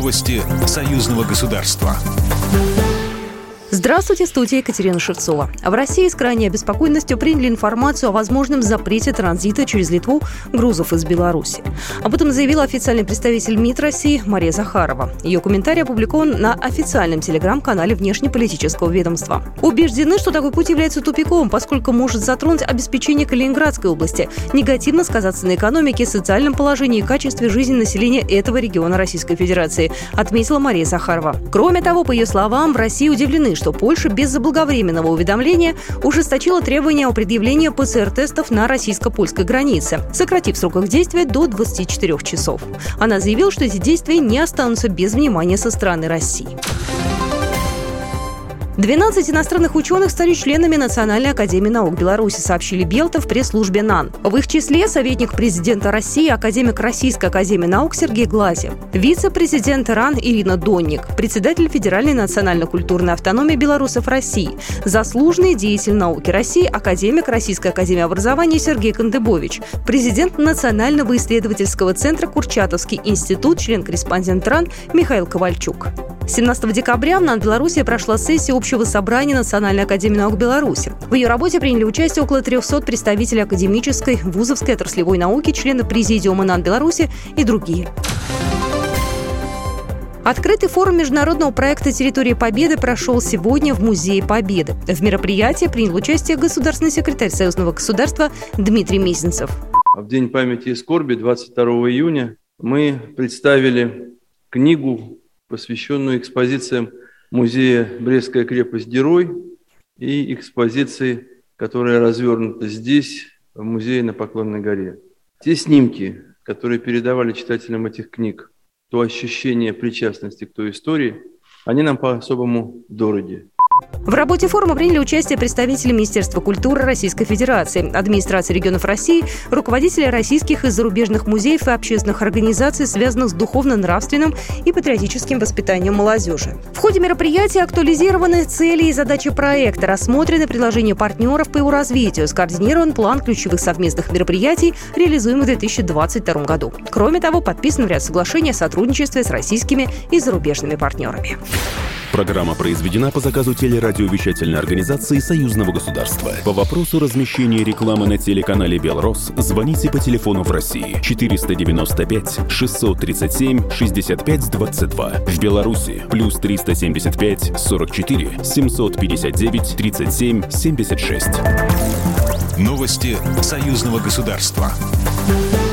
Новости союзного государства. Здравствуйте, в студии Екатерина Шевцова. В России с крайней обеспокоенностью приняли информацию о возможном запрете транзита через Литву грузов из Беларуси. Об этом заявила официальный представитель МИД России Мария Захарова. Ее комментарий опубликован на официальном телеграм-канале внешнеполитического ведомства. Убеждены, что такой путь является тупиком, поскольку может затронуть обеспечение Калининградской области, негативно сказаться на экономике, социальном положении и качестве жизни населения этого региона Российской Федерации, отметила Мария Захарова. Кроме того, по ее словам, в России удивлены, что Польша без заблаговременного уведомления ужесточила требования о предъявлении ПЦР-тестов на российско-польской границе, сократив срок их действия до 24 часов. Она заявила, что эти действия не останутся без внимания со стороны России. 12 иностранных ученых стали членами Национальной академии наук Беларуси, сообщили Белта в пресс-службе НАН. В их числе советник президента России, академик Российской академии наук Сергей Глазьев, вице-президент РАН Ирина Донник, председатель Федеральной национально-культурной автономии белорусов России, заслуженный деятель науки России, академик Российской академии образования Сергей Кандыбович, президент Национального исследовательского центра Курчатовский институт, член-корреспондент РАН Михаил Ковальчук. 17 декабря в НАН Беларуси прошла сессия общего собрания Национальной академии наук Беларуси. В ее работе приняли участие около 300 представителей академической, вузовской, отраслевой науки, члены президиума НАН Беларуси и другие. Открытый форум международного проекта «Территория Победы» прошел сегодня в Музее Победы. В мероприятии принял участие государственный секретарь Союзного государства Дмитрий Мезенцев. В День памяти и скорби, 22 июня, мы представили книгу, посвященную экспозициям музея «Брестская крепость-герой» и экспозиции, которая развернута здесь, в музее на Поклонной горе. Те снимки, которые передавали читателям этих книг, то ощущение причастности к той истории, они нам по-особому дороги. В работе форума приняли участие представители Министерства культуры Российской Федерации, администрации регионов России, руководители российских и зарубежных музеев и общественных организаций, связанных с духовно-нравственным и патриотическим воспитанием молодежи. В ходе мероприятия актуализированы цели и задачи проекта, рассмотрены предложения партнеров по его развитию, скоординирован план ключевых совместных мероприятий, реализуемых в 2022 году. Кроме того, подписан ряд соглашений о сотрудничестве с российскими и зарубежными партнерами. Программа произведена по заказу телерадиовещательной организации Союзного государства. По вопросу размещения рекламы на телеканале «Белрос» звоните по телефону в России 495 637 65 22. В Беларуси плюс 375 44 759 37 76. Новости Союзного государства.